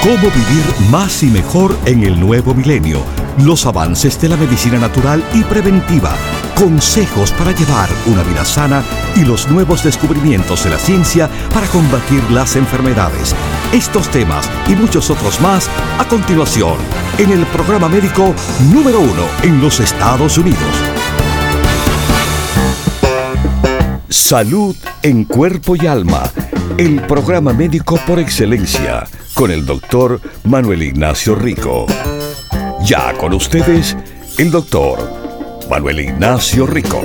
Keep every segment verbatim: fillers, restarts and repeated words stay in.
Cómo vivir más y mejor en el nuevo milenio. Los avances de la medicina natural y preventiva. Consejos para llevar una vida sana y los nuevos descubrimientos de la ciencia para combatir las enfermedades. Estos temas y muchos otros más a continuación en el programa médico número uno en los Estados Unidos. Salud en cuerpo y alma. El programa médico por excelencia con el doctor Manuel Ignacio Rico. Ya con ustedes, el doctor Manuel Ignacio Rico.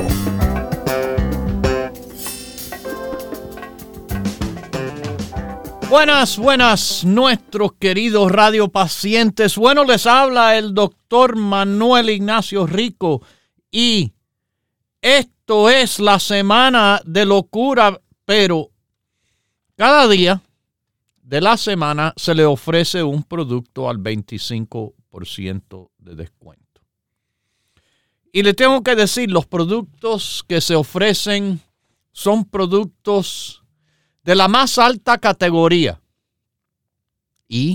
Buenas, buenas, nuestros queridos radiopacientes. Bueno, les habla el doctor Manuel Ignacio Rico y esto es la semana de locura, pero cada día de la semana se le ofrece un producto al veinticinco por ciento de descuento. Y le tengo que decir, los productos que se ofrecen son productos de la más alta categoría. Y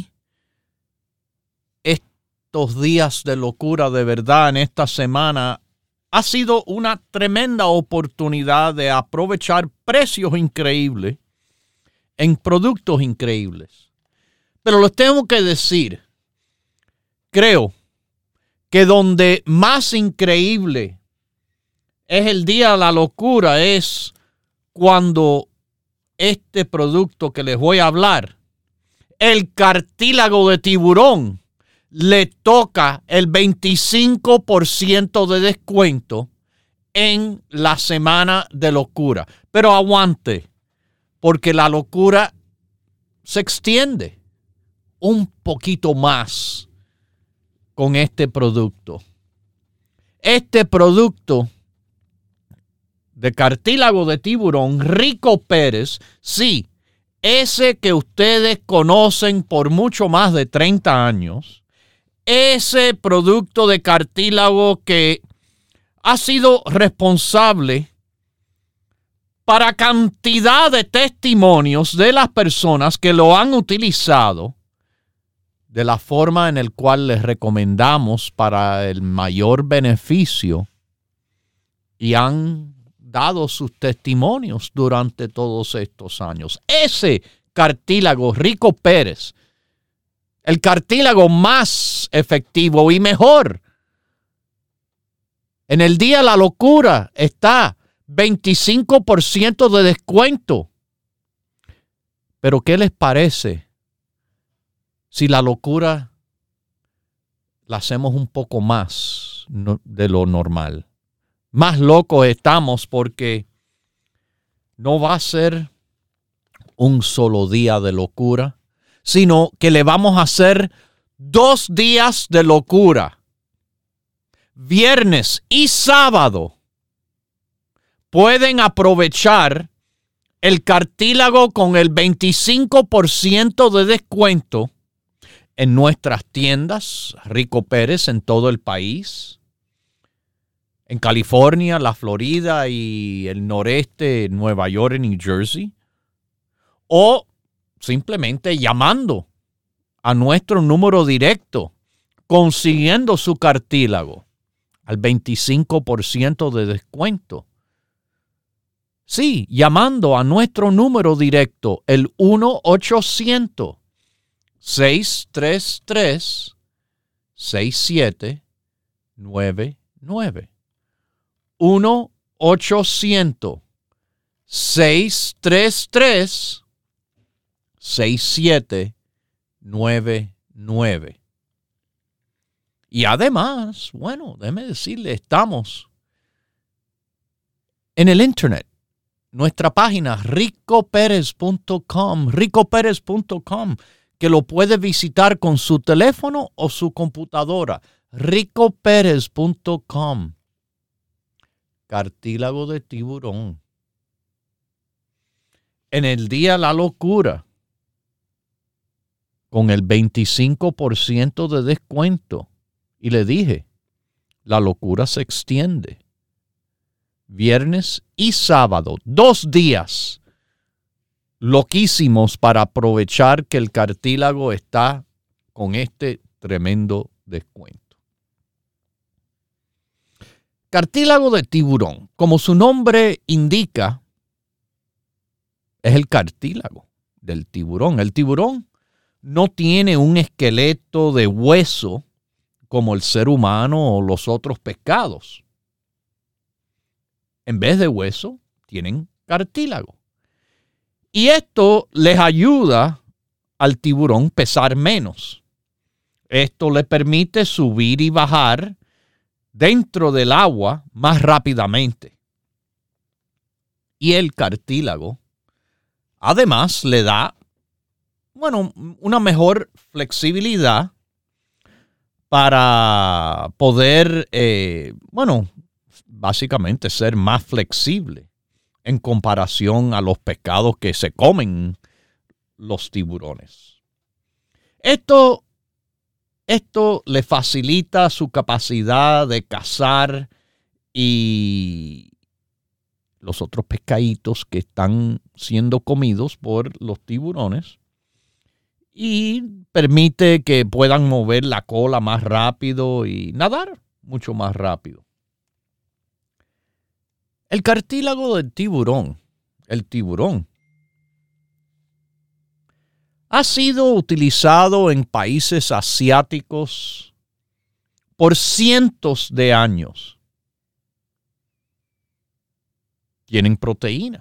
estos días de locura, de verdad, en esta semana, ha sido una tremenda oportunidad de aprovechar precios increíbles en productos increíbles. Pero les tengo que decir, creo que donde más increíble es el día de la locura es cuando este producto que les voy a hablar, el cartílago de tiburón, le toca el veinticinco por ciento de descuento en la semana de locura. Pero aguante, porque la locura se extiende un poquito más con este producto. Este producto de cartílago de tiburón, Rico Pérez, sí, ese que ustedes conocen por mucho más de treinta años, ese producto de cartílago que ha sido responsable para cantidad de testimonios de las personas que lo han utilizado de la forma en la cual les recomendamos para el mayor beneficio y han dado sus testimonios durante todos estos años. Ese cartílago, Rico Pérez, el cartílago más efectivo y mejor. En el día de la locura está veinticinco por ciento de descuento. Pero ¿qué les parece si la locura la hacemos un poco más de lo normal? Más locos estamos porque no va a ser un solo día de locura, sino que le vamos a hacer dos días de locura. Viernes y sábado pueden aprovechar el cartílago con el veinticinco por ciento de descuento en nuestras tiendas Rico Pérez en todo el país, en California, la Florida y el noreste, Nueva York y New Jersey, o simplemente llamando a nuestro número directo, consiguiendo su cartílago al veinticinco por ciento de descuento. Sí, llamando a nuestro número directo, el uno ochocientos, seis tres tres, seis siete nueve nueve. uno ochocientos, seis tres tres, seis siete nueve nueve. Y además, bueno, déjeme decirle, estamos en el internet. Nuestra página rico pérez punto com, rico pérez punto com, que lo puede visitar con su teléfono o su computadora. rico pérez punto com. Cartílago de tiburón. En el día de la locura, con el veinticinco por ciento de descuento. Y le dije, la locura se extiende. Viernes y sábado, dos días loquísimos para aprovechar que el cartílago está con este tremendo descuento. Cartílago de tiburón, como su nombre indica, es el cartílago del tiburón. El tiburón no tiene un esqueleto de hueso como el ser humano o los otros pescados. En vez de hueso, tienen cartílago. Y esto les ayuda al tiburón pesar menos. Esto le permite subir y bajar dentro del agua más rápidamente. Y el cartílago, además, le da, bueno, una mejor flexibilidad para poder, eh, bueno, básicamente ser más flexible en comparación a los pescados que se comen los tiburones. Esto, esto le facilita su capacidad de cazar y los otros pescaditos que están siendo comidos por los tiburones y permite que puedan mover la cola más rápido y nadar mucho más rápido. El cartílago del tiburón, el tiburón, ha sido utilizado en países asiáticos por cientos de años. Tienen proteína,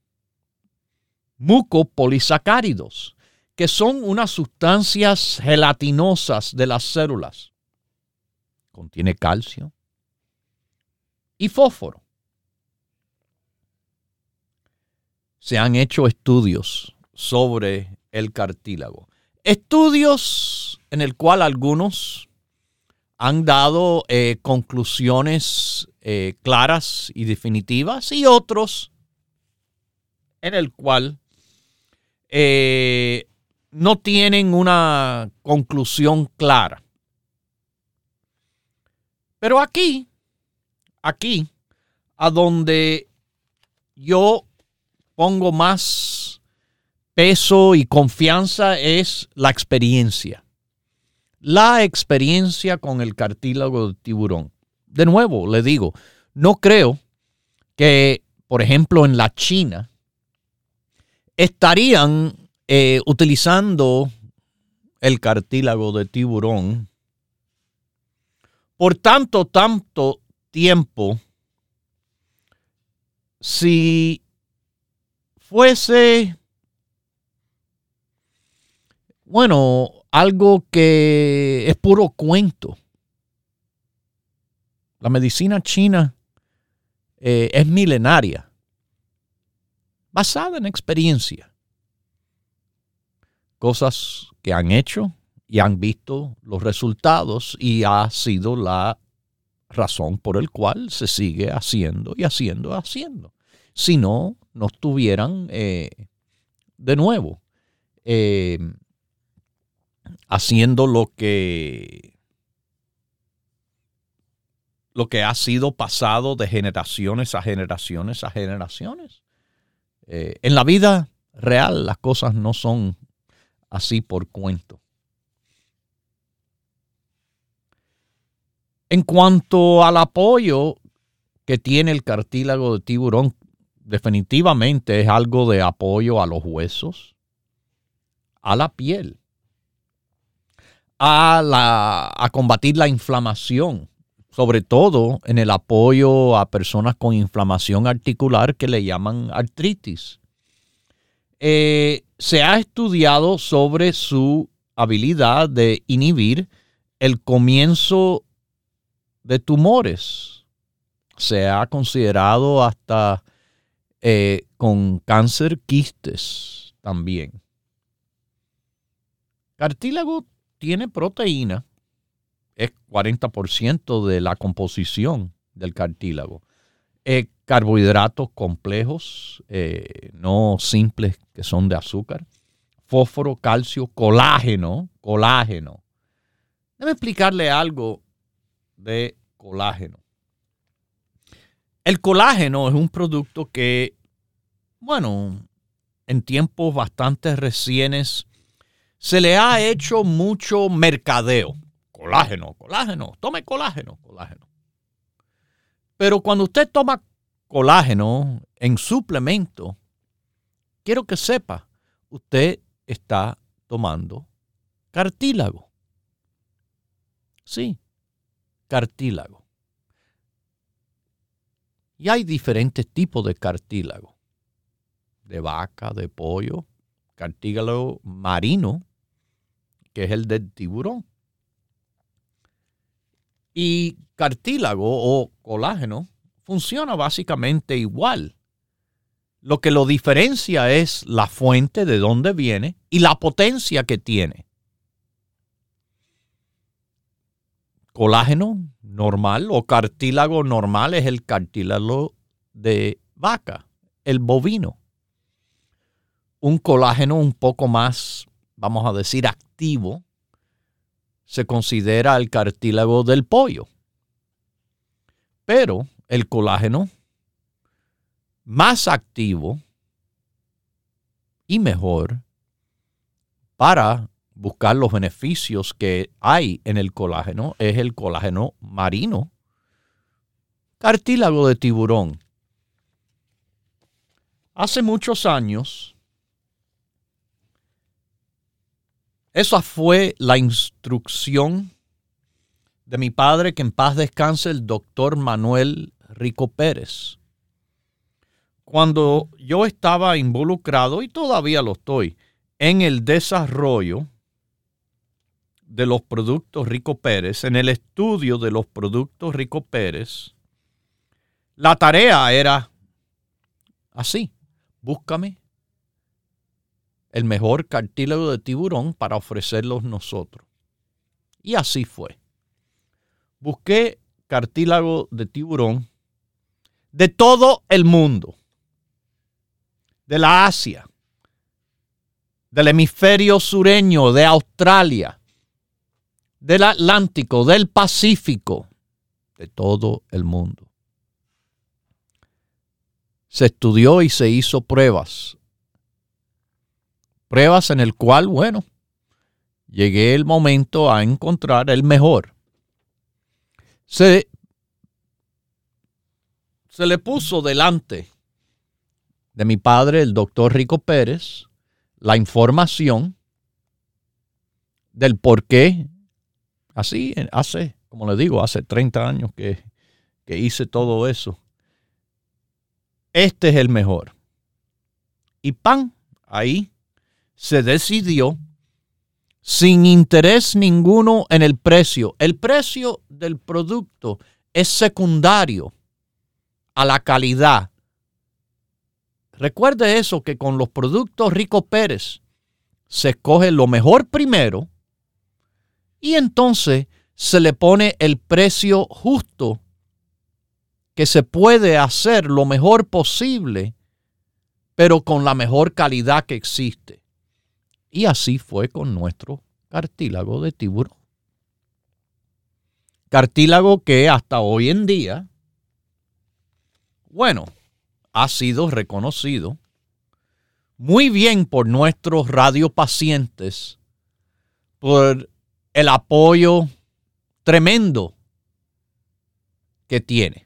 mucopolisacáridos, que son unas sustancias gelatinosas de las células. Contiene calcio y fósforo. Se han hecho estudios sobre el cartílago. Estudios en el cual algunos han dado eh, conclusiones eh, claras y definitivas y otros en el cual eh, no tienen una conclusión clara. Pero aquí, aquí, a donde yo pongo más peso y confianza es la experiencia. La experiencia con el cartílago del tiburón. De nuevo, le digo, no creo que, por ejemplo, en la China estarían eh, utilizando el cartílago de tiburón por tanto, tanto tiempo si fuese, bueno, algo que es puro cuento. La medicina china eh, es milenaria, basada en experiencia. Cosas que han hecho y han visto los resultados y ha sido la razón por la cual se sigue haciendo y haciendo y haciendo. Si no, no estuvieran eh, de nuevo eh, haciendo lo que, lo que ha sido pasado de generaciones a generaciones a generaciones. Eh, en la vida real las cosas no son así por cuento. En cuanto al apoyo que tiene el cartílago de tiburón, definitivamente es algo de apoyo a los huesos, a la piel, a, la, a combatir la inflamación, sobre todo en el apoyo a personas con inflamación articular que le llaman artritis. Eh, se ha estudiado sobre su habilidad de inhibir el comienzo de tumores. Se ha considerado hasta eh, con cáncer quistes también. Cartílago tiene proteína, es cuarenta por ciento de la composición del cartílago. Eh, carbohidratos complejos, eh, no simples que son de azúcar. Fósforo, calcio, colágeno, colágeno. Déjame explicarle algo de colágeno. El colágeno es un producto que, bueno, en tiempos bastante recientes se le ha hecho mucho mercadeo. Colágeno, colágeno, tome colágeno, colágeno. Pero cuando usted toma colágeno en suplemento, quiero que sepa, usted está tomando cartílago. Sí, cartílago. Y hay diferentes tipos de cartílago. De vaca, de pollo, cartílago marino, que es el del tiburón. Y cartílago o colágeno funciona básicamente igual. Lo que lo diferencia es la fuente de dónde viene y la potencia que tiene. Colágeno normal o cartílago normal es el cartílago de vaca, el bovino. Un colágeno un poco más, vamos a decir, activo, se considera el cartílago del pollo. Pero el colágeno más activo y mejor para buscar los beneficios que hay en el colágeno es el colágeno marino, cartílago de tiburón. Hace muchos años, esa fue la instrucción de mi padre, que en paz descanse, el doctor Manuel Rico Pérez. Cuando yo estaba involucrado, y todavía lo estoy, en el desarrollo de los productos Rico Pérez, en el estudio de los productos Rico Pérez, la tarea era así: búscame el mejor cartílago de tiburón para ofrecerlos nosotros. Y así fue. Busqué cartílago de tiburón de todo el mundo, de la Asia, del hemisferio sureño, de Australia, del Atlántico, del Pacífico, de todo el mundo. Se estudió y se hizo pruebas. Pruebas en el cual, bueno, llegué el momento a encontrar el mejor. Se, se le puso delante de mi padre, el doctor Rico Pérez, la información del por qué, así, hace, como le digo, hace treinta años que, que hice todo eso. Este es el mejor. Y pan, ahí se decidió, sin interés ninguno en el precio. El precio del producto es secundario a la calidad. Recuerde eso, que con los productos Rico Pérez se escoge lo mejor primero y entonces se le pone el precio justo, que se puede hacer lo mejor posible, pero con la mejor calidad que existe. Y así fue con nuestro cartílago de tiburón. Cartílago que hasta hoy en día, bueno, ha sido reconocido muy bien por nuestros radiopacientes por el apoyo tremendo que tiene.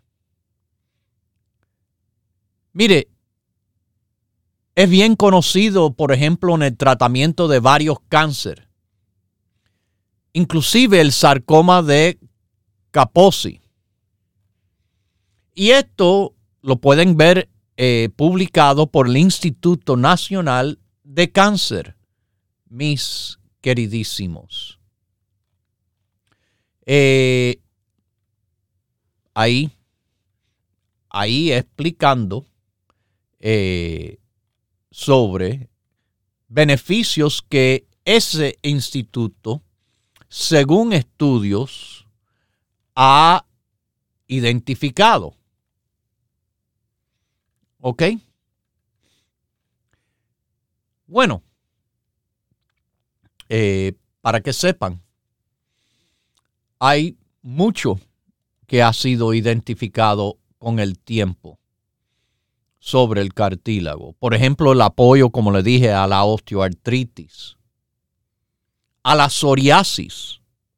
Mire, es bien conocido, por ejemplo, en el tratamiento de varios cánceres, inclusive el sarcoma de Kaposi. Y esto lo pueden ver eh, publicado por el Instituto Nacional de Cáncer, mis queridísimos. Eh, ahí, ahí explicando eh, sobre beneficios que ese instituto, según estudios, ha identificado. ¿Ok? Bueno, eh, para que sepan, hay mucho que ha sido identificado con el tiempo sobre el cartílago. Por ejemplo, el apoyo, como le dije, a la osteoartritis. a la psoriasis,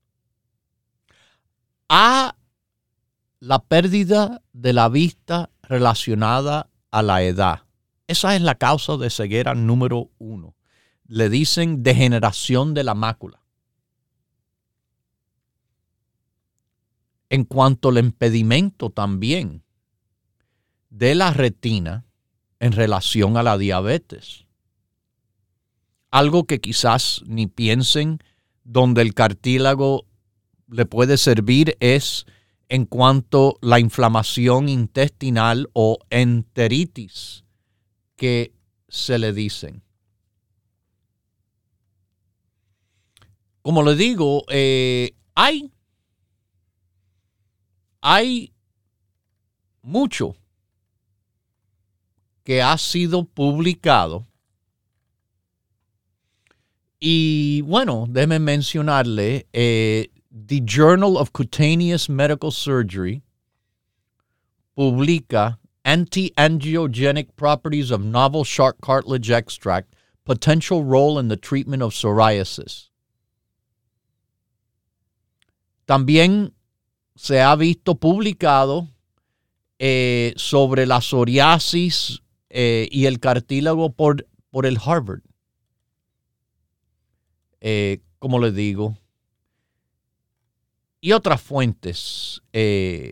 a la pérdida de la vista relacionada a la edad. Esa es la causa de ceguera número uno. Le dicen degeneración de la mácula. En cuanto al impedimento también de la retina en relación a la diabetes. Algo que quizás ni piensen donde el cartílago le puede servir es en cuanto a la inflamación intestinal o enteritis que se le dicen. Como le digo, eh, hay, hay mucho que ha sido publicado. Y bueno, déjeme mencionarle, eh, The Journal of Cutaneous Medical Surgery publica Anti-Angiogenic Properties of Novel Shark Cartilage Extract, Potential Role in the Treatment of Psoriasis. También se ha visto publicado eh, sobre la psoriasis eh, y el cartílago por, por el Harvard. Eh, como les digo, y otras fuentes eh,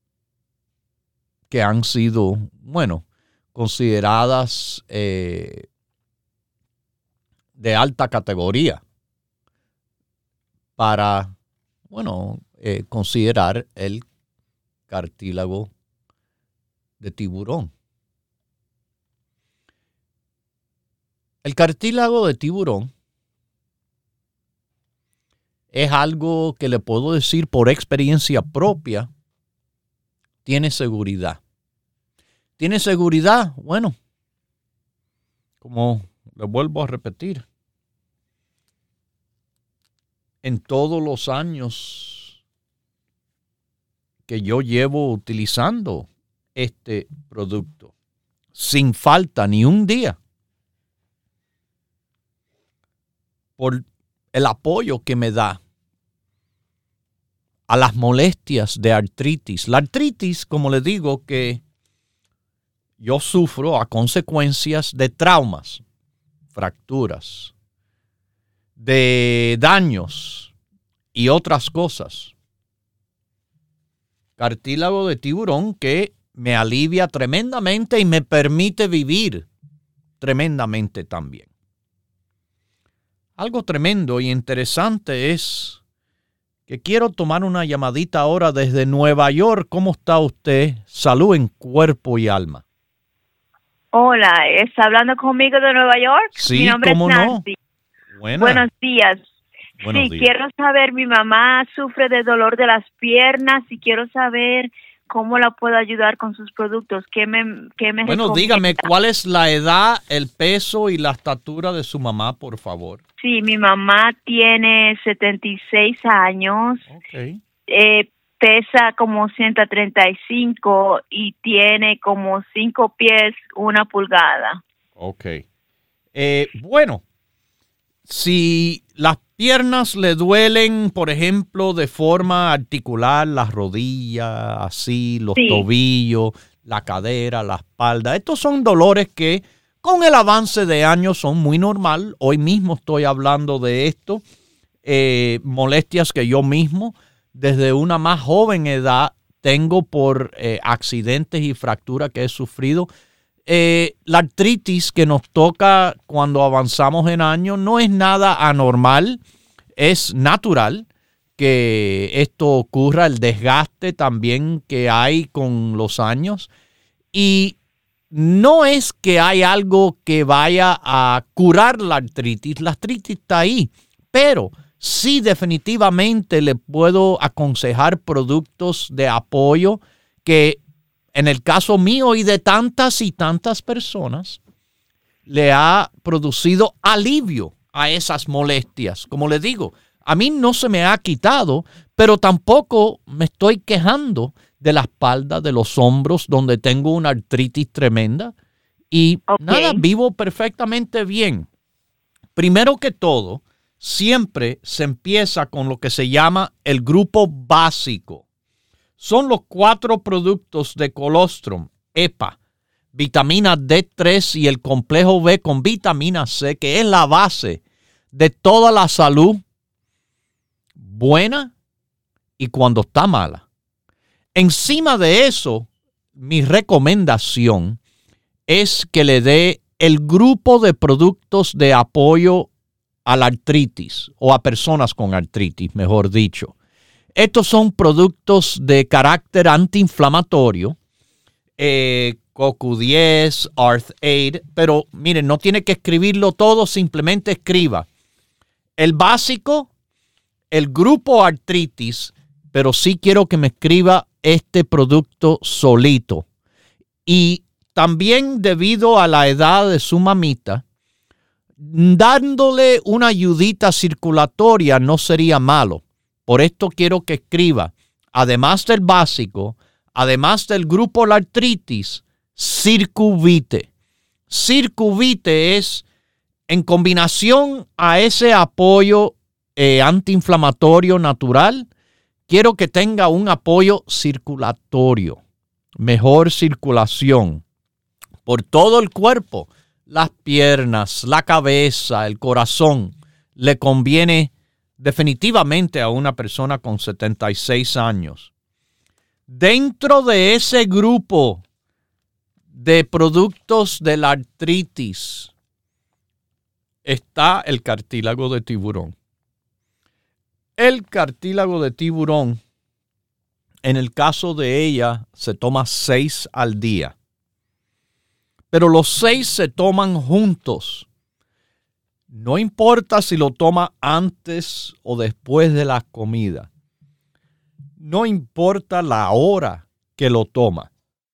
que han sido, bueno, consideradas eh, de alta categoría para, bueno, eh, considerar el cartílago de tiburón. El cartílago de tiburón es algo que le puedo decir por experiencia propia, tiene seguridad. ¿Tiene seguridad? Bueno, como le vuelvo a repetir, en todos los años que yo llevo utilizando este producto, sin falta ni un día, por el apoyo que me da a las molestias de artritis. La artritis, como les digo, que yo sufro a consecuencias de traumas, fracturas, de daños y otras cosas. Cartílago de tiburón que me alivia tremendamente y me permite vivir tremendamente también. Algo tremendo y interesante es que quiero tomar una llamadita ahora desde Nueva York. ¿Cómo está usted? Salud en cuerpo y alma. Hola, ¿está hablando conmigo de Nueva York? Sí, mi nombre ¿cómo es Nancy. No? Buena. Buenos días. Buenos sí, días. Quiero saber, mi mamá sufre de dolor de las piernas y quiero saber cómo la puedo ayudar con sus productos. ¿Qué me, qué me Bueno, recomienda? dígame, ¿cuál es la edad, el peso y la estatura de su mamá, por favor? Sí, mi mamá tiene setenta y seis años, Okay. eh, pesa como ciento treinta y cinco y tiene como cinco pies, una pulgada. Ok. Eh, bueno, si las piernas le duelen, por ejemplo, de forma articular, las rodillas, así, los Sí. tobillos, la cadera, la espalda, estos son dolores que con el avance de años son muy normal. Hoy mismo estoy hablando de esto, eh, molestias que yo mismo desde una más joven edad tengo por eh, accidentes y fracturas que he sufrido. Eh, la artritis que nos toca cuando avanzamos en años no es nada anormal, es natural que esto ocurra, el desgaste también que hay con los años. Y no es que hay algo que vaya a curar la artritis, la artritis está ahí, pero sí definitivamente le puedo aconsejar productos de apoyo que en el caso mío y de tantas y tantas personas le ha producido alivio a esas molestias. Como les digo, a mí no se me ha quitado, pero tampoco me estoy quejando de la espalda, de los hombros, donde tengo una artritis tremenda. Y Okay. nada, vivo perfectamente bien. Primero que todo, siempre se empieza con lo que se llama el grupo básico. Son los cuatro productos de colostrum, E P A, vitamina D tres y el complejo B con vitamina C, que es la base de toda la salud buena y cuando está mala. Encima de eso, mi recomendación es que le dé el grupo de productos de apoyo a la artritis o a personas con artritis, mejor dicho. Estos son productos de carácter antiinflamatorio, eh, C O C U diez, ArthAid, pero miren, no tiene que escribirlo todo, simplemente escriba el básico, el grupo artritis, pero sí quiero que me escriba este producto solito. Y también debido a la edad de su mamita, dándole una ayudita circulatoria no sería malo. Por esto quiero que escriba, además del básico, además del grupo la artritis, Circuvite. Circuvite es en combinación a ese apoyo eh, antiinflamatorio natural. Quiero que tenga un apoyo circulatorio, mejor circulación por todo el cuerpo, las piernas, la cabeza, el corazón. Le conviene definitivamente a una persona con setenta y seis años. Dentro de ese grupo de productos de la artritis está el cartílago de tiburón. El cartílago de tiburón, en el caso de ella, se toma seis al día. Pero los seis se toman juntos. No importa si lo toma antes o después de la comida. No importa la hora que lo toma.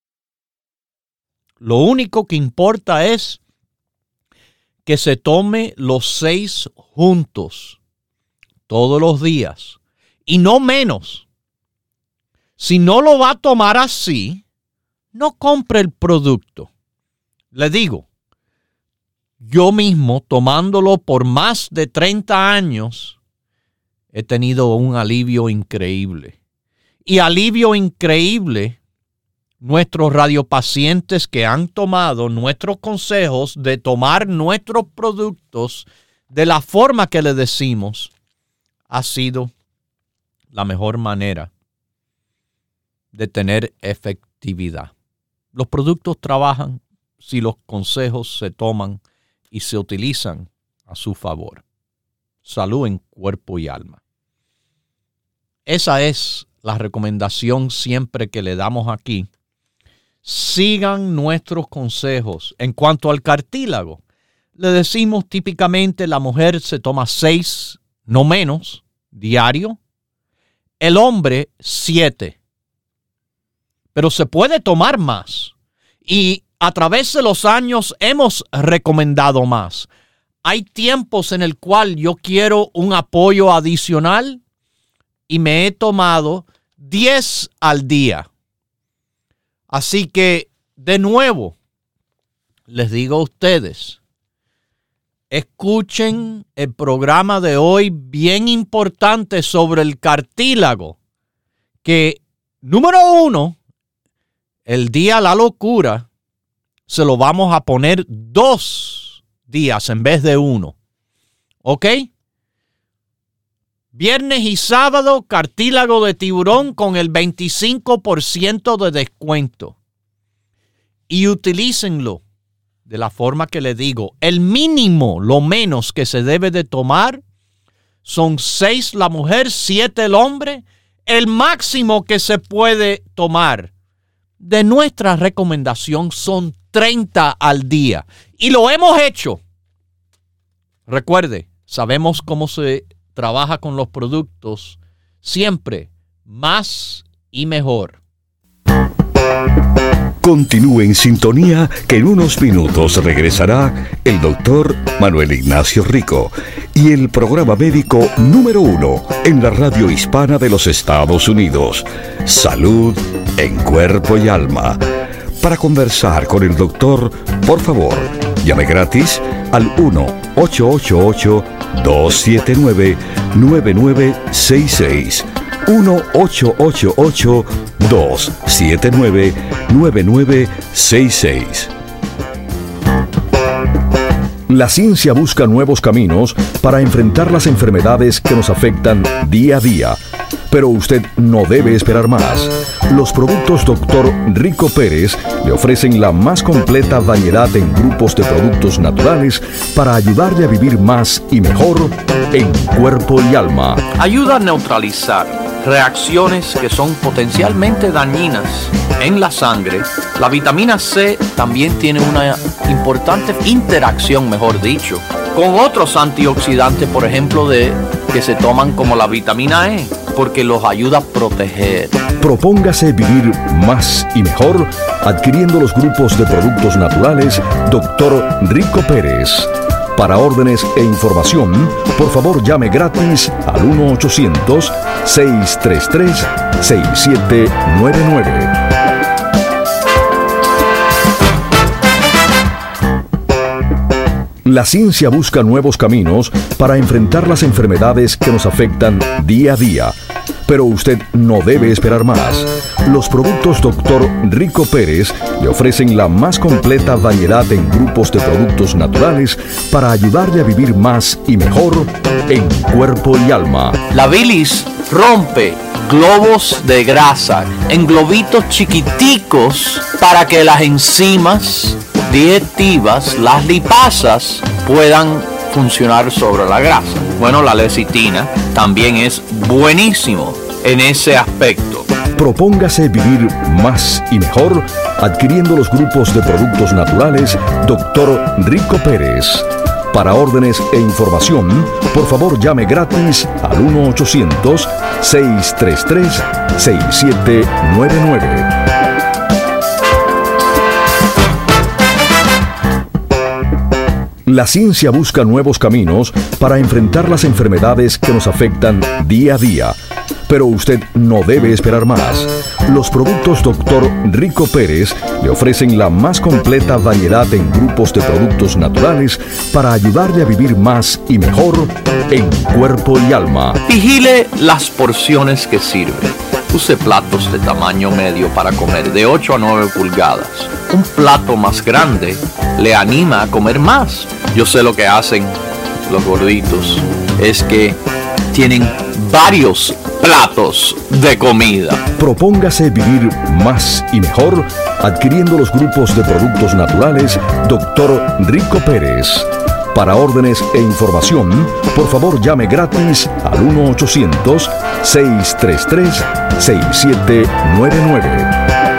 Lo único que importa es que se tome los seis juntos todos los días y no menos. Si no lo va a tomar así, no compre el producto. Le digo, yo mismo tomándolo por más de treinta años, he tenido un alivio increíble. Y alivio increíble, nuestros radiopacientes que han tomado nuestros consejos de tomar nuestros productos de la forma que le decimos, ha sido la mejor manera de tener efectividad. Los productos trabajan si los consejos se toman y se utilizan a su favor. Salud en cuerpo y alma. Esa es la recomendación siempre que le damos aquí. Sigan nuestros consejos. En cuanto al cartílago, le decimos típicamente la mujer se toma seis, no menos, diario. El hombre, siete. Pero se puede tomar más. Y a través de los años hemos recomendado más. Hay tiempos en el cual yo quiero un apoyo adicional y me he tomado diez al día. Así que, de nuevo, les digo a ustedes, escuchen el programa de hoy bien importante sobre el cartílago, que, número uno, el día de la locura, se lo vamos a poner dos días en vez de uno. ¿Ok? Viernes y sábado, cartílago de tiburón con el veinticinco por ciento de descuento. Y utilícenlo de la forma que les digo. El mínimo, lo menos que se debe de tomar, son seis la mujer, siete el hombre. El máximo que se puede tomar de nuestra recomendación son treinta al día. Y lo hemos hecho. Recuerde, sabemos cómo se trabaja con los productos. Siempre más y mejor. Continúe en sintonía que en unos minutos regresará el doctor Manuel Ignacio Rico y el programa médico número uno en la radio hispana de los Estados Unidos. Salud en cuerpo y alma. Para conversar con el doctor, por favor, llame gratis al uno ocho ocho ocho, dos siete nueve, nueve nueve seis seis. uno ocho ocho ocho, dos siete nueve, nueve nueve seis seis. La ciencia busca nuevos caminos para enfrentar las enfermedades que nos afectan día a día. Pero usted no debe esperar más. Los productos doctor Rico Pérez le ofrecen la más completa variedad en grupos de productos naturales para ayudarle a vivir más y mejor en cuerpo y alma. Ayuda a neutralizar reacciones que son potencialmente dañinas en la sangre. La vitamina C también tiene una importante interacción, mejor dicho, con otros antioxidantes, por ejemplo, de que se toman como la vitamina E, porque los ayuda a proteger. Propóngase vivir más y mejor adquiriendo los grupos de productos naturales doctor Rico Pérez. Para órdenes e información, por favor llame gratis al uno ochocientos, seis tres tres, seis siete nueve nueve. La ciencia busca nuevos caminos para enfrentar las enfermedades que nos afectan día a día. Pero usted no debe esperar más. Los productos doctor Rico Pérez le ofrecen la más completa variedad en grupos de productos naturales para ayudarle a vivir más y mejor en cuerpo y alma. La bilis rompe globos de grasa en globitos chiquiticos para que las enzimas digestivas, las lipasas, puedan funcionar sobre la grasa. Bueno, la lecitina también es buenísimo en ese aspecto. Propóngase vivir más y mejor adquiriendo los grupos de productos naturales doctor Rico Pérez. Para órdenes e información, por favor llame gratis al uno ochocientos, seis tres tres, seis siete nueve nueve. La ciencia busca nuevos caminos para enfrentar las enfermedades que nos afectan día a día. Pero usted no debe esperar más. Los productos doctor Rico Pérez le ofrecen la más completa variedad en grupos de productos naturales para ayudarle a vivir más y mejor en cuerpo y alma. Vigile las porciones que sirve. Use platos de tamaño medio para comer, de ocho a nueve pulgadas. Un plato más grande le anima a comer más. Yo sé lo que hacen los gorditos, es que tienen varios platos de comida. Propóngase vivir más y mejor adquiriendo los grupos de productos naturales doctor Rico Pérez. Para órdenes e información, por favor llame gratis al uno ochocientos, seis tres tres, seis siete nueve nueve.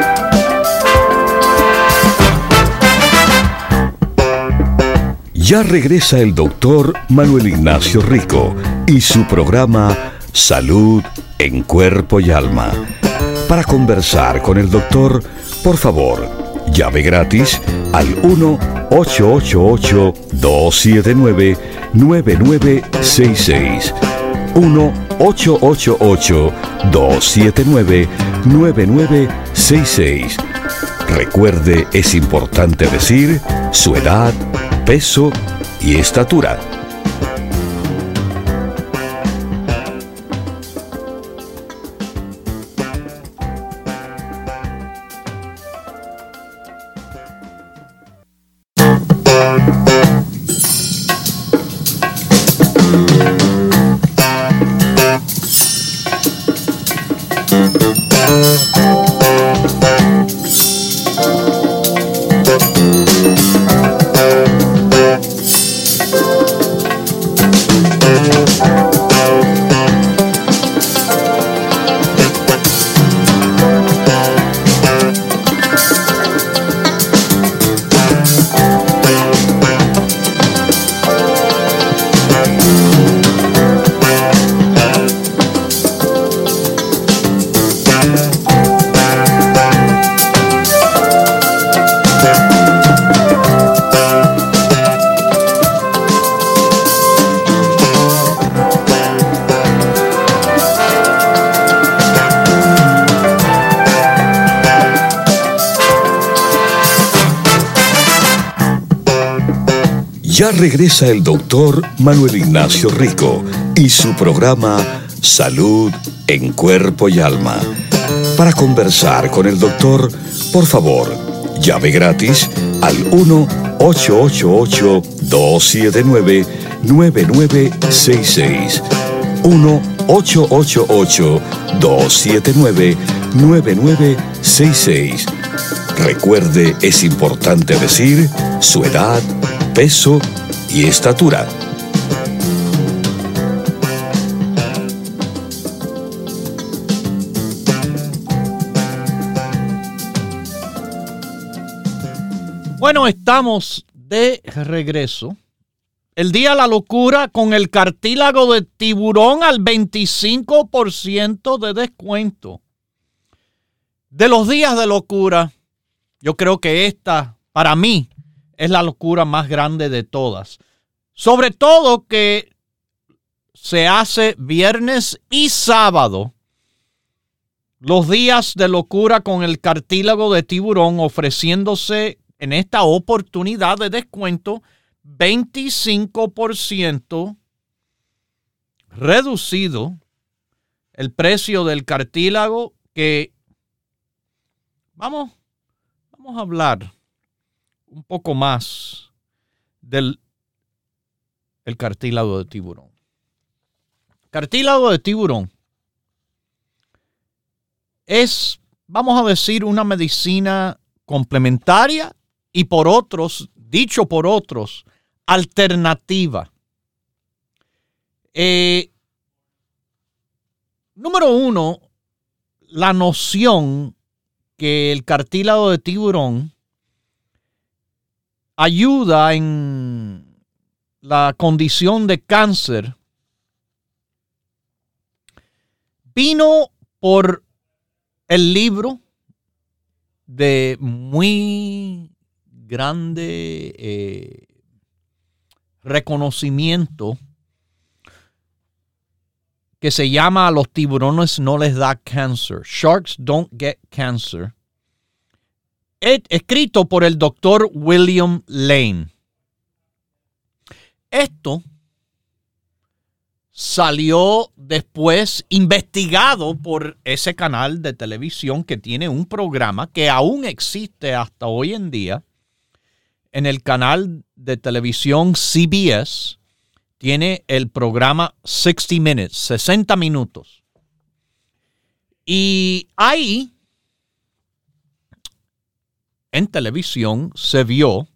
Ya regresa el doctor Manuel Ignacio Rico y su programa Salud en Cuerpo y Alma. Para conversar con el doctor, por favor, llame gratis al uno ocho ocho ocho, dos siete nueve, nueve nueve seis seis. uno ocho ocho ocho, dos siete nueve, nueve nueve seis seis. Recuerde, es importante decir su edad, peso y estatura. Ya regresa el doctor Manuel Ignacio Rico y su programa Salud en Cuerpo y Alma. Para conversar con el doctor, por favor, llame gratis al uno ocho ocho ocho, dos siete nueve, nueve nueve seis seis. uno ocho ocho ocho, dos siete nueve, nueve nueve seis seis. Recuerde, es importante decir su edad, peso y estatura. Bueno, estamos de regreso. El día de la locura con el cartílago de tiburón al veinticinco por ciento de descuento. De los días de locura, yo creo que esta, para mí, es la locura más grande de todas. Sobre todo que se hace viernes y sábado. Los días de locura con el cartílago de tiburón, ofreciéndose en esta oportunidad de descuento veinticinco por ciento reducido el precio del cartílago, que vamos, vamos a hablar un poco más del el cartílago de tiburón. Cartílago de tiburón es, vamos a decir, una medicina complementaria y por otros, dicho por otros, alternativa. Eh, número uno, la noción que el cartílago de tiburón ayuda en la condición de cáncer vino por el libro de muy grande eh, reconocimiento que se llama A los tiburones no les da cáncer. Sharks Don't Get Cancer. Escrito por el doctor William Lane. Esto salió después investigado por ese canal de televisión que tiene un programa que aún existe hasta hoy en día. En el canal de televisión C B S tiene el programa sixty minutes, sesenta minutos. Y ahí, en televisión, se vio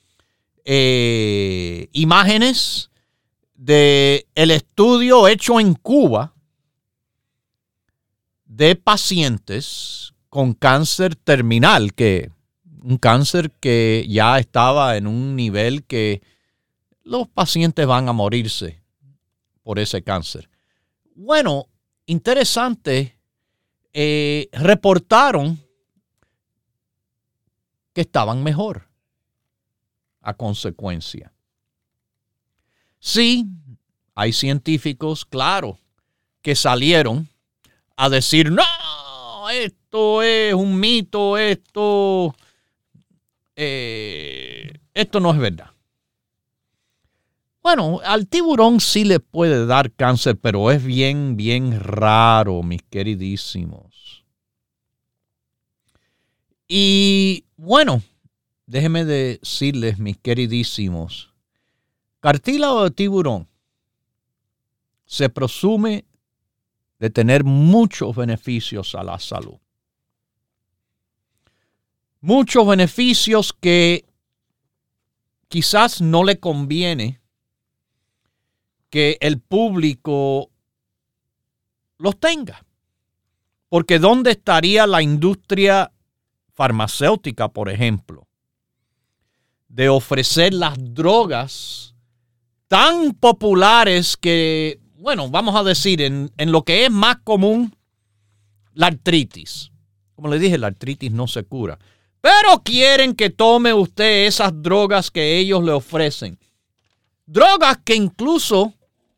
eh, imágenes de el estudio hecho en Cuba de pacientes con cáncer terminal, que un cáncer que ya estaba en un nivel que los pacientes van a morirse por ese cáncer. Bueno, interesante, eh, reportaron que estaban mejor a consecuencia. Sí, hay científicos, claro, que salieron a decir, no, esto es un mito, esto, eh, esto no es verdad. Bueno, al tiburón sí le puede dar cáncer, pero es bien, bien raro, mis queridísimos. Y bueno, déjenme decirles, mis queridísimos, cartílago de tiburón se presume de tener muchos beneficios a la salud. Muchos beneficios que quizás no le conviene que el público los tenga. Porque ¿dónde estaría la industria farmacéutica, por ejemplo, de ofrecer las drogas tan populares que, bueno, vamos a decir, en, en lo que es más común, la artritis? Como le dije, la artritis no se cura. Pero quieren que tome usted esas drogas que ellos le ofrecen. Drogas que incluso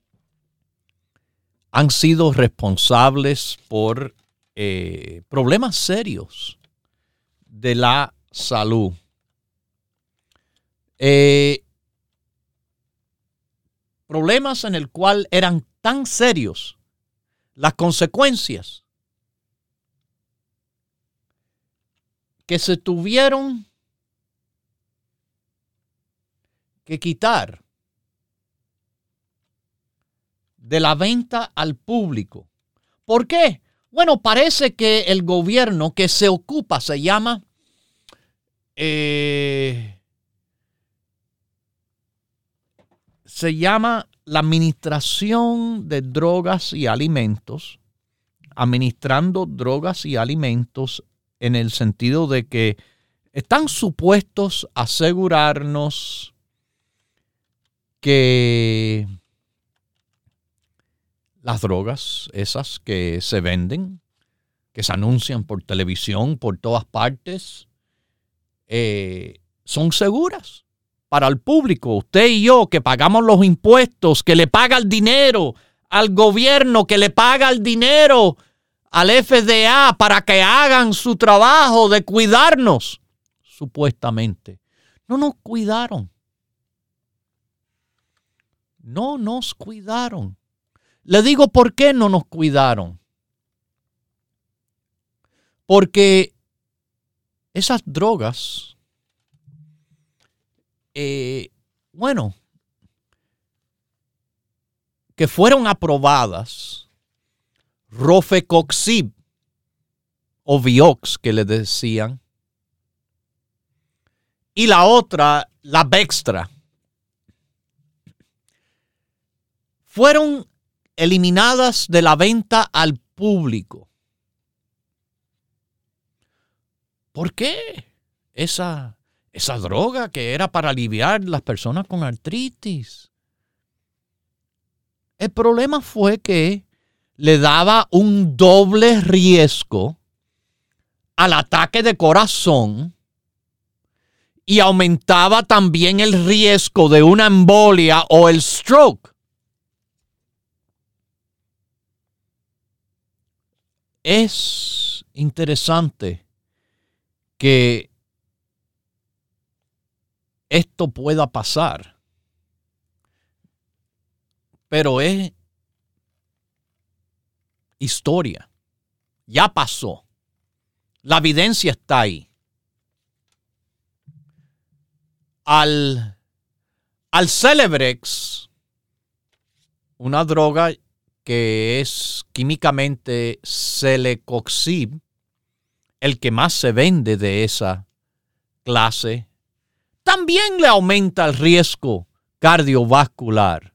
han sido responsables por eh, problemas serios de la salud. Eh, problemas en el cual eran tan serios las consecuencias que se tuvieron que quitar de la venta al público. ¿Por qué? Bueno, parece que el gobierno que se ocupa se llama eh, se llama la Administración de Drogas y Alimentos, administrando drogas y alimentos en el sentido de que están supuestos a asegurarnos que las drogas, esas que se venden, que se anuncian por televisión, por todas partes, eh, son seguras para el público. Usted y yo que pagamos los impuestos, que le paga el dinero al gobierno, que le paga el dinero al F D A para que hagan su trabajo de cuidarnos, supuestamente. No nos cuidaron. No nos cuidaron. Le digo por qué no nos cuidaron. Porque esas drogas, eh, bueno, que fueron aprobadas, Rofecoxib o Vioxx que le decían, y la otra, la Bextra, fueron eliminadas de la venta al público. ¿Por qué? Esa, esa droga que era para aliviar las personas con artritis. El problema fue que le daba un doble riesgo al ataque de corazón y aumentaba también el riesgo de una embolia o el stroke. Es interesante que esto pueda pasar, pero es historia. Ya pasó. La evidencia está ahí. Al, al Celebrex, una droga que es químicamente Celecoxib, el que más se vende de esa clase, también le aumenta el riesgo cardiovascular.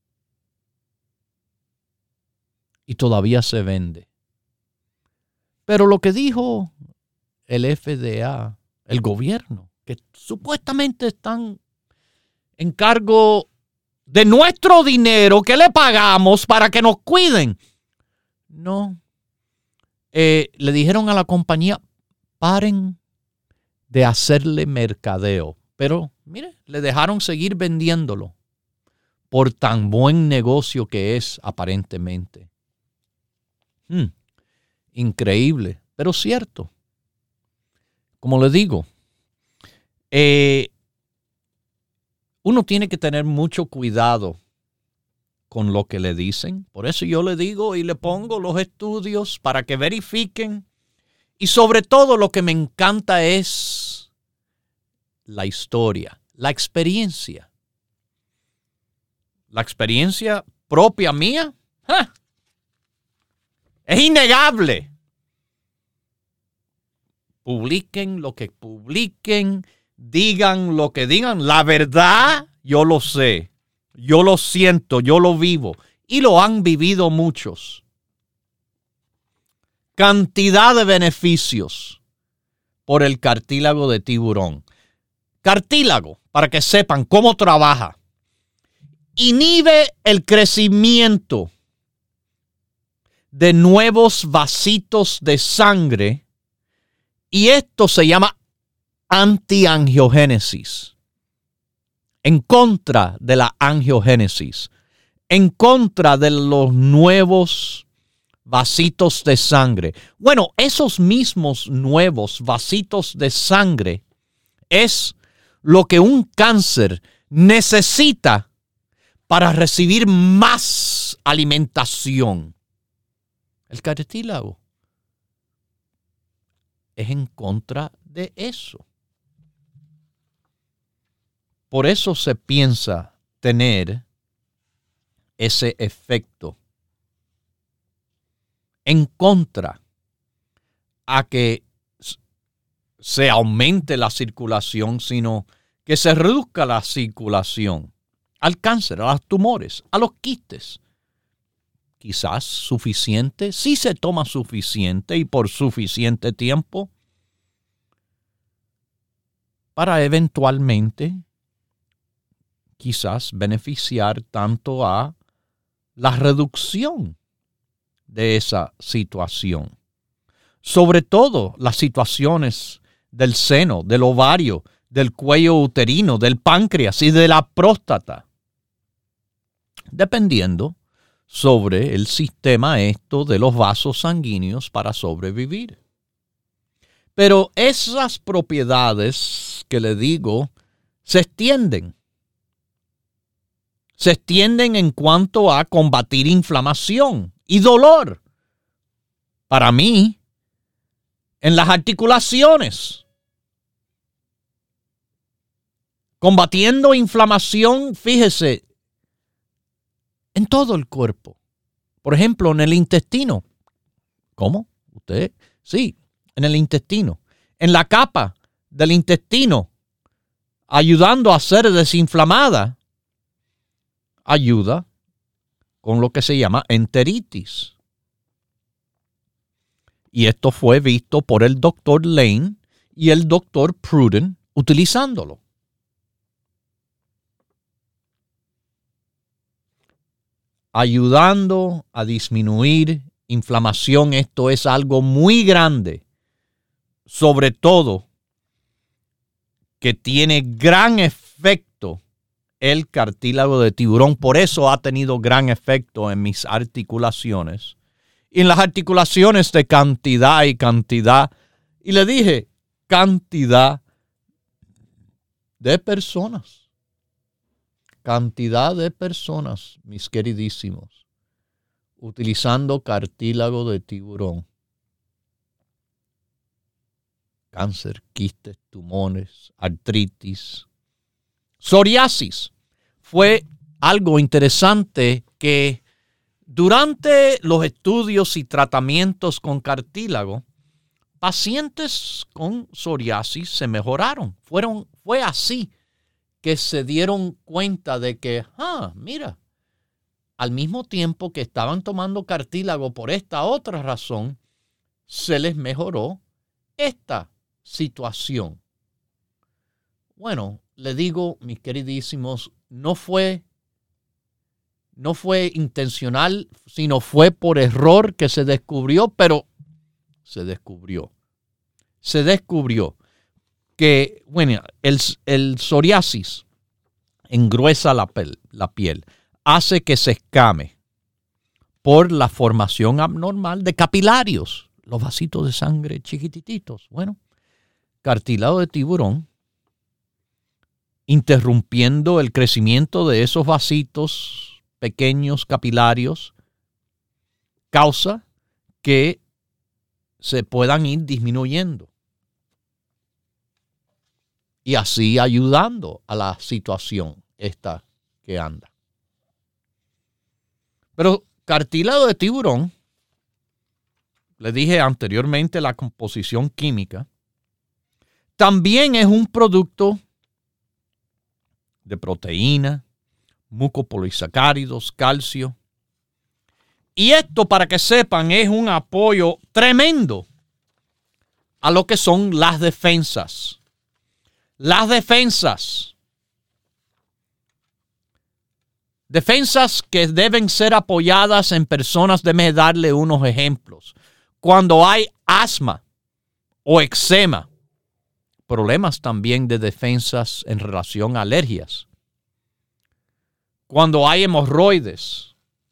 Y todavía se vende. Pero lo que dijo el F D A, el gobierno, que supuestamente están en cargo de nuestro dinero que le pagamos para que nos cuiden. No. Eh, le dijeron a la compañía, paren de hacerle mercadeo. Pero, mire, le dejaron seguir vendiéndolo por tan buen negocio que es aparentemente. Hmm. Increíble, pero cierto. Como le digo, eh, uno tiene que tener mucho cuidado con lo que le dicen. Por eso yo le digo y le pongo los estudios para que verifiquen. Y sobre todo lo que me encanta es la historia, la experiencia. La experiencia propia mía, ¡ja!, es innegable. Publiquen lo que publiquen, digan lo que digan. La verdad, yo lo sé, yo lo siento, yo lo vivo. Y lo han vivido muchos. Cantidad de beneficios por el cartílago de tiburón. Cartílago, para que sepan cómo trabaja. Inhibe el crecimiento de nuevos vasitos de sangre y esto se llama antiangiogénesis. En contra de la angiogénesis, en contra de los nuevos vasitos de sangre. Bueno, esos mismos nuevos vasitos de sangre es lo que un cáncer necesita para recibir más alimentación. El cartílago es en contra de eso. Por eso se piensa tener ese efecto en contra a que se aumente la circulación, sino que se reduzca la circulación al cáncer, a los tumores, a los quistes. Quizás suficiente, si se toma suficiente y por suficiente tiempo, para eventualmente quizás beneficiar tanto a la reducción de esa situación. Sobre todo las situaciones del seno, del ovario, del cuello uterino, del páncreas y de la próstata. Dependiendo sobre el sistema esto de los vasos sanguíneos para sobrevivir. Pero esas propiedades que le digo se extienden. Se extienden en cuanto a combatir inflamación y dolor. Para mí, en las articulaciones. Combatiendo inflamación, fíjese, en todo el cuerpo. Por ejemplo, en el intestino. ¿Cómo? ¿Usted? Sí, en el intestino. En la capa del intestino, ayudando a ser desinflamada, ayuda con lo que se llama enteritis. Y esto fue visto por el doctor Lane y el doctor Pruden utilizándolo. Ayudando a disminuir inflamación, esto es algo muy grande, sobre todo que tiene gran efecto el cartílago de tiburón. Por eso ha tenido gran efecto en mis articulaciones. Y en las articulaciones de cantidad y cantidad. Y le dije, cantidad de personas. Cantidad de personas, mis queridísimos, utilizando cartílago de tiburón. Cáncer, quistes, tumores, artritis, psoriasis. Fue algo interesante que durante los estudios y tratamientos con cartílago, pacientes con psoriasis se mejoraron. Fueron, fue así que se dieron cuenta de que, ah, mira, al mismo tiempo que estaban tomando cartílago por esta otra razón, se les mejoró esta situación. Bueno, le digo, mis queridísimos, no fue, no fue intencional, sino fue por error que se descubrió, pero se descubrió. Se descubrió que, bueno, el, el psoriasis engruesa la piel, la piel, hace que se escame por la formación abnormal de capilarios, los vasitos de sangre chiquititos. Bueno, cartílago de tiburón, interrumpiendo el crecimiento de esos vasitos pequeños capilarios, causa que se puedan ir disminuyendo. Y así ayudando a la situación esta que anda. Pero cartílago de tiburón, le dije anteriormente la composición química, también es un producto de proteína, mucopolisacáridos, calcio. Y esto, para que sepan, es un apoyo tremendo a lo que son las defensas. Las defensas. Defensas que deben ser apoyadas en personas. Déjeme darle unos ejemplos. Cuando hay asma o eczema, problemas también de defensas en relación a alergias. Cuando hay hemorroides,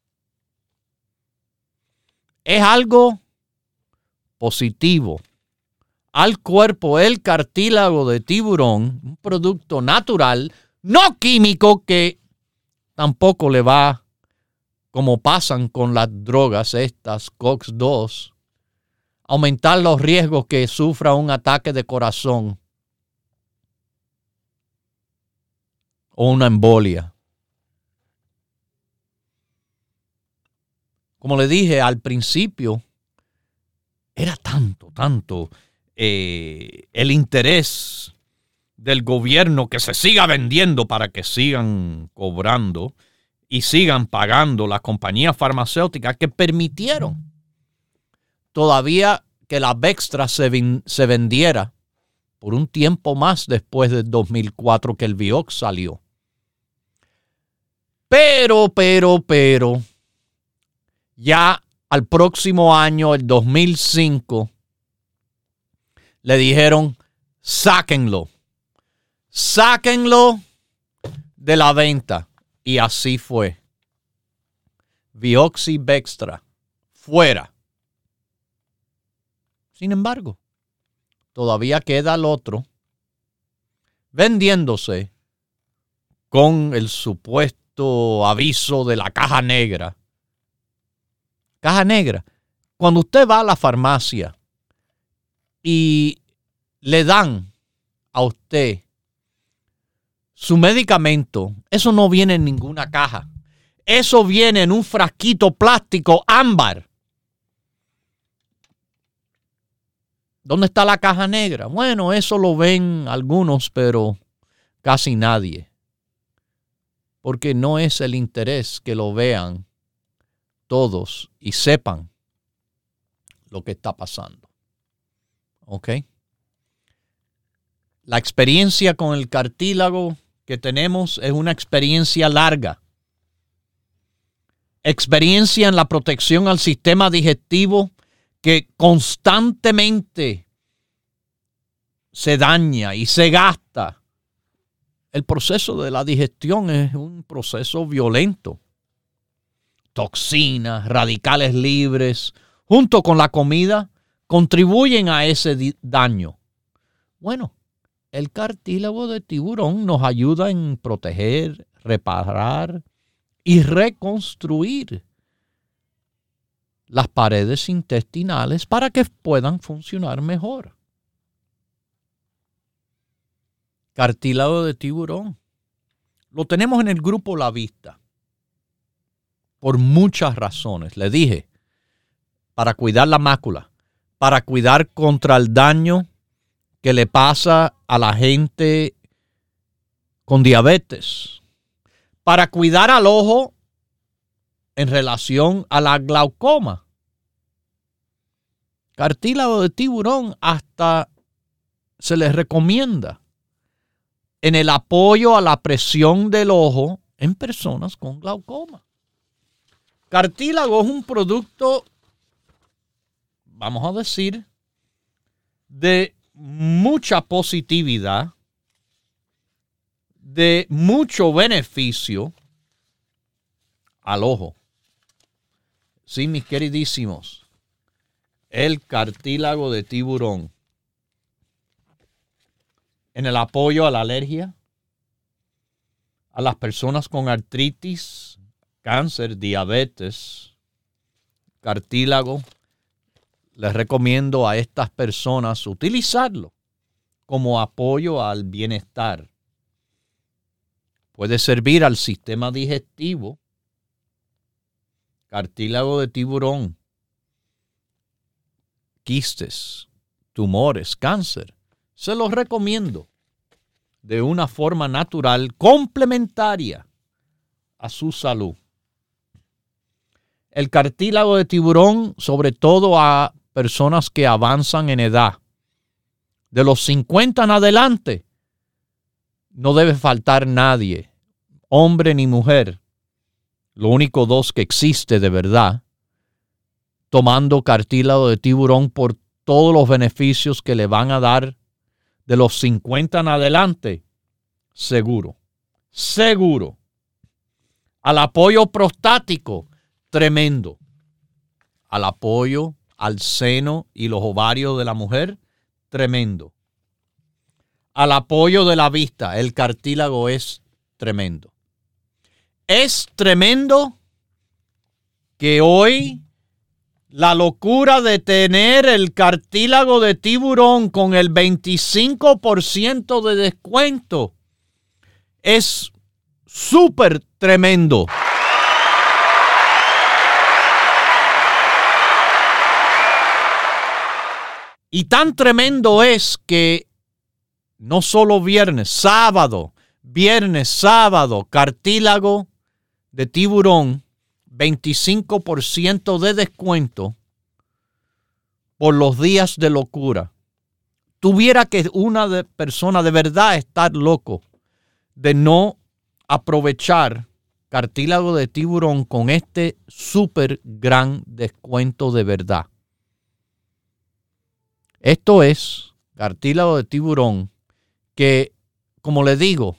es algo positivo al cuerpo el cartílago de tiburón, un producto natural, no químico, que tampoco le va, como pasan con las drogas estas, COX dos, aumentar los riesgos que sufra un ataque de corazón o una embolia. Como le dije al principio, era tanto, tanto eh, el interés del gobierno que se siga vendiendo para que sigan cobrando y sigan pagando las compañías farmacéuticas que permitieron todavía que la Bextra se, ven, se vendiera por un tiempo más después del dos mil cuatro que el Vioxx salió. Pero, pero, pero, ya al próximo año, el dos mil cinco, le dijeron, sáquenlo, sáquenlo de la venta. Y así fue. Vioxx y Bextra, fuera. Sin embargo, todavía queda el otro vendiéndose con el supuesto aviso de la caja negra. Caja negra. Cuando usted va a la farmacia y le dan a usted su medicamento, eso no viene en ninguna caja. Eso viene en un frasquito plástico ámbar. ¿Dónde está la caja negra? Bueno, eso lo ven algunos, pero casi nadie. Porque no es el interés que lo vean todos y sepan lo que está pasando. ¿Ok? La experiencia con el cartílago que tenemos es una experiencia larga. Experiencia en la protección al sistema digestivo que constantemente se daña y se gasta. El proceso de la digestión es un proceso violento. Toxinas, radicales libres, junto con la comida, contribuyen a ese daño. Bueno, el cartílago de tiburón nos ayuda en proteger, reparar y reconstruir las paredes intestinales para que puedan funcionar mejor. Cartílago de tiburón. Lo tenemos en el grupo La Vista. Por muchas razones. Le dije, para cuidar la mácula, para cuidar contra el daño que le pasa a la gente con diabetes, para cuidar al ojo en relación a la glaucoma. Cartílago de tiburón hasta se les recomienda en el apoyo a la presión del ojo en personas con glaucoma. Cartílago es un producto, vamos a decir, de mucha positividad, de mucho beneficio al ojo. Sí, mis queridísimos, el cartílago de tiburón en el apoyo a la alergia, a las personas con artritis, cáncer, diabetes, cartílago. Les recomiendo a estas personas utilizarlo como apoyo al bienestar. Puede servir al sistema digestivo. Cartílago de tiburón, quistes, tumores, cáncer. Se los recomiendo de una forma natural, complementaria a su salud. El cartílago de tiburón, sobre todo a personas que avanzan en edad, de los cincuenta en adelante, no debe faltar nadie, hombre ni mujer, lo único dos que existe de verdad, tomando cartílago de tiburón por todos los beneficios que le van a dar de los cincuenta en adelante, seguro, seguro. Al apoyo prostático, tremendo. Al apoyo al seno y los ovarios de la mujer, tremendo. Al apoyo de la vista, el cartílago es tremendo. Es tremendo que hoy la locura de tener el cartílago de tiburón con el veinticinco por ciento de descuento es súper tremendo. Y tan tremendo es que no solo viernes, sábado, viernes, sábado, cartílago de tiburón, veinticinco por ciento de descuento por los días de locura. Tuviera que una de persona de verdad estar loco de no aprovechar cartílago de tiburón con este súper gran descuento de verdad. Esto es cartílago de tiburón que, como le digo,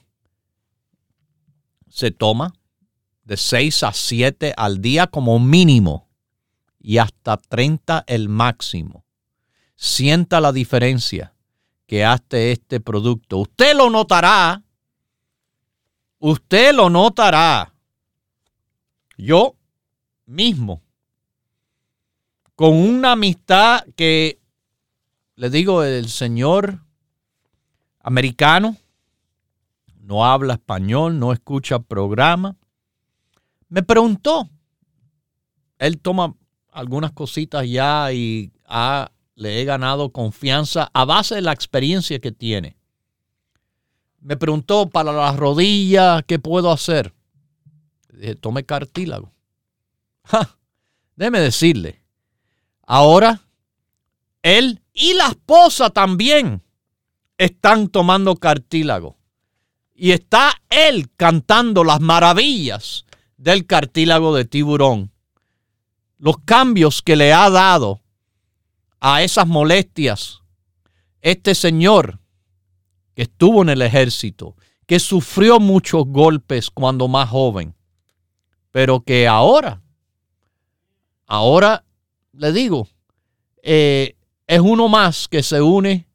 se toma de seis a siete al día como mínimo y hasta treinta el máximo. Sienta la diferencia que hace este producto. Usted lo notará. Usted lo notará. Yo mismo, con una amistad que, le digo, el señor americano, no habla español, no escucha programa, me preguntó. Él toma algunas cositas ya y ha, le he ganado confianza a base de la experiencia que tiene. Me preguntó, para las rodillas, ¿qué puedo hacer? Le dije, tome cartílago. Ja, déjeme decirle, ahora él y la esposa también están tomando cartílago. Y está él cantando las maravillas del cartílago de tiburón. Los cambios que le ha dado a esas molestias este señor que estuvo en el ejército, que sufrió muchos golpes cuando más joven, pero que ahora, ahora le digo, eh, es uno más que se une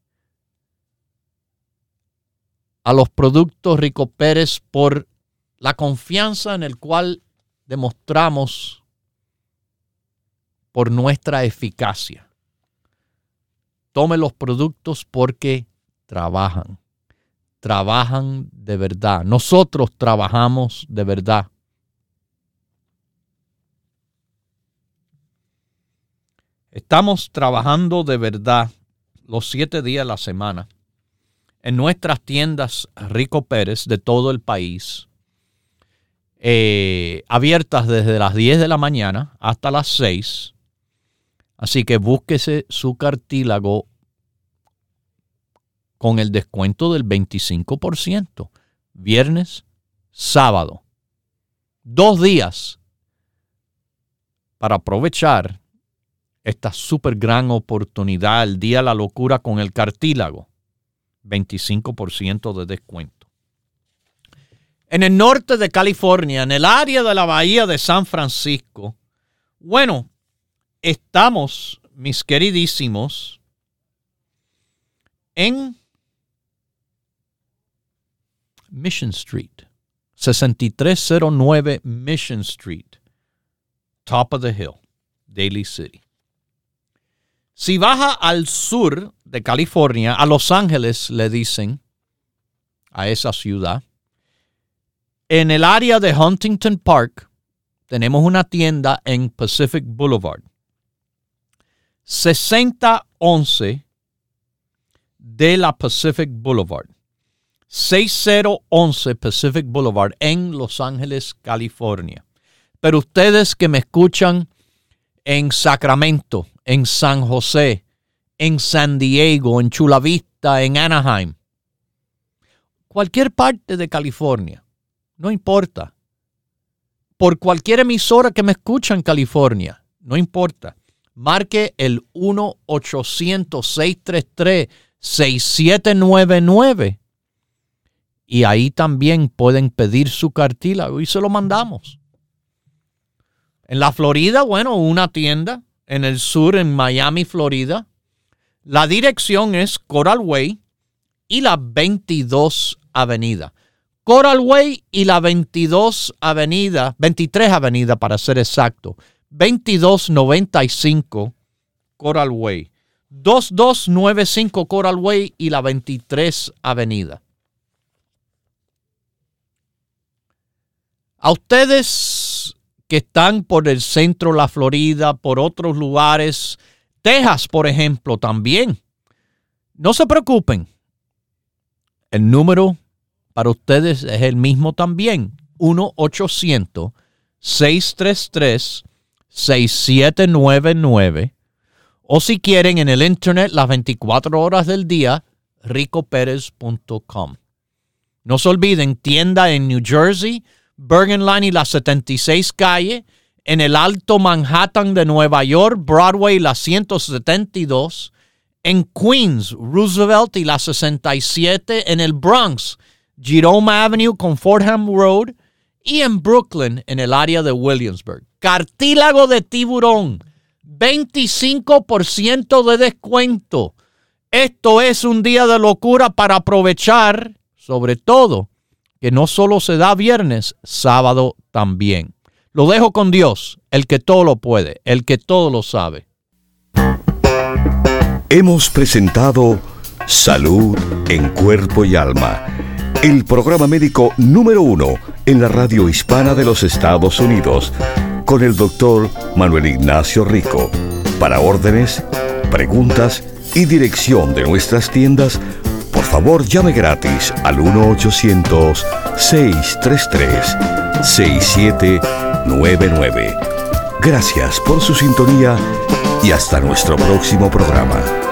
a los productos Rico Pérez por la confianza en el cual demostramos por nuestra eficacia. Tome los productos porque trabajan. Trabajan de verdad. Nosotros trabajamos de verdad. Estamos trabajando de verdad los siete días de la semana en nuestras tiendas Rico Pérez de todo el país, eh, abiertas desde las diez de la mañana hasta las seis. Así que búsquese su cartílago con el descuento del veinticinco por ciento. Viernes, sábado. Dos días para aprovechar esta súper gran oportunidad, el día de la locura con el cartílago. veinticinco por ciento de descuento. En el norte de California, en el área de la bahía de San Francisco, bueno, estamos, mis queridísimos, en Mission Street, sesenta y tres cero nueve Mission Street, top of the hill, Daly City. Si baja al sur de California, a Los Ángeles le dicen, a esa ciudad, en el área de Huntington Park, tenemos una tienda en Pacific Boulevard. sesenta once de la Pacific Boulevard. sesenta once Pacific Boulevard en Los Ángeles, California. Pero ustedes que me escuchan en Sacramento, en San José, en San Diego, en Chula Vista, en Anaheim, cualquier parte de California, no importa. Por cualquier emisora que me escucha en California, no importa. Marque el uno ochocientos, seis tres tres, seis siete nueve nueve y ahí también pueden pedir su cartílago y se lo mandamos. En la Florida, bueno, una tienda en el sur, en Miami, Florida. La dirección es Coral Way y la veintidós Avenida. Coral Way y la veintidós Avenida, veintitrés Avenida para ser exacto, veintidós noventa y cinco Coral Way, veintidós noventa y cinco Coral Way y la veintitrés Avenida. A ustedes que están por el centro de la Florida, por otros lugares, Texas, por ejemplo, también, no se preocupen. El número para ustedes es el mismo también, uno ochocientos, seiscientos treinta y tres, sesenta y siete noventa y nueve, o si quieren en el internet las veinticuatro horas del día, rico perez punto com. No se olviden, tienda en New Jersey, Bergen Line y la setenta y seis calle, en el Alto Manhattan de Nueva York, Broadway y la ciento setenta y dos, en Queens, Roosevelt y la sesenta y siete, en el Bronx, Jerome Avenue con Fordham Road, y en Brooklyn, en el área de Williamsburg. Cartílago de tiburón, veinticinco por ciento de descuento. Esto es un día de locura para aprovechar, sobre todo, que no solo se da viernes, sábado también. Lo dejo con Dios, el que todo lo puede, el que todo lo sabe. Hemos presentado Salud en Cuerpo y Alma, el programa médico número uno en la radio hispana de los Estados Unidos, con el doctor Manuel Ignacio Rico. Para órdenes, preguntas y dirección de nuestras tiendas, por favor llame gratis al uno ochocientos, seiscientos treinta y tres, sesenta y siete noventa y nueve. Gracias por su sintonía y hasta nuestro próximo programa.